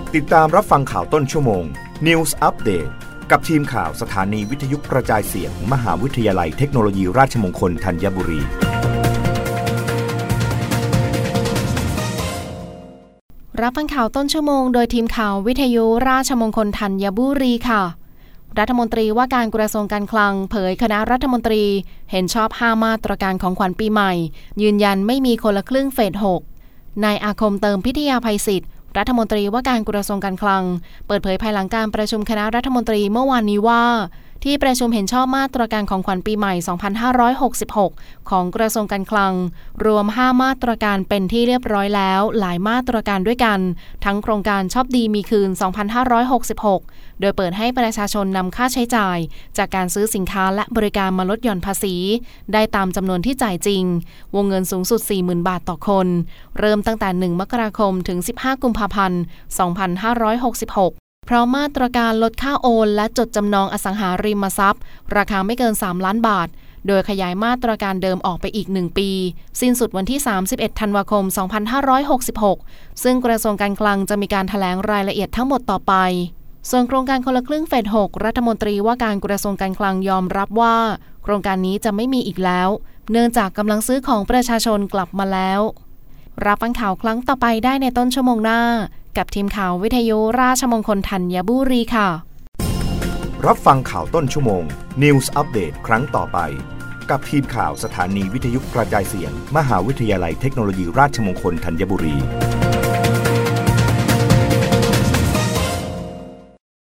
ติดตามรับฟังข่าวต้นชั่วโมง News Update กับทีมข่าวสถานีวิทยุกระจายเสียง มหาวิทยาลัยเทคโนโลยีราชมงคลธัญบุรีรับฟังข่าวต้นชั่วโมงโดยทีมข่าววิทยุราชมงคลธัญบุรีค่ะรัฐมนตรีว่าการกระทรวงการคลังเผยคณะรัฐมนตรีเห็นชอบ5มาตรการของขวัญปีใหม่ยืนยันไม่มีคนละครึ่งเฟส 6 นายอาคมเติมพิทยาภัยศิษย์รัฐมนตรีว่าการกระทรวงการคลังเปิดเผยภายหลังการประชุมคณะรัฐมนตรีเมื่อวานนี้ว่าที่ประชุมเห็นชอบมาตรการของขวัญปีใหม่ 2566 ของกระทรวงการคลังรวม5มาตรการเป็นที่เรียบร้อยแล้วหลายมาตรการด้วยกันทั้งโครงการชอบดีมีคืน 2566 โดยเปิดให้ประชาชนนำค่าใช้จ่ายจากการซื้อสินค้าและบริการมาลดหย่อนภาษีได้ตามจำนวนที่จ่ายจริงวงเงินสูงสุด 40,000 บาทต่อคนเริ่มตั้งแต่1 มกราคมถึง15 กุมภาพันธ์ 2566พร้อมมาตรการลดค่าโอนและจดจำนองอสังหาริมทรัพย์ราคาไม่เกิน3 ล้านบาทโดยขยายมาตรการเดิมออกไปอีก1 ปีสิ้นสุดวันที่31 ธันวาคม 2566ซึ่งกระทรวงการคลังจะมีการแถลงรายละเอียดทั้งหมดต่อไปส่วนโครงการคนละครึ่งเฟส 6 รัฐมนตรีว่าการกระทรวงการคลังยอมรับว่าโครงการนี้จะไม่มีอีกแล้วเนื่องจากกำลังซื้อของประชาชนกลับมาแล้วรับฟังข่าวครั้งต่อไปได้ในต้นชั่วโมงหน้ากับทีมข่าววิทยุราชมงคลธัญบุรีค่ะรับฟังข่าวต้นชั่วโมง News Update ครั้งต่อไปกับทีมข่าวสถานีวิทยุกระจายเสียง มหาวิทยาลัยเทคโนโลยีราชมงคลธัญบุรี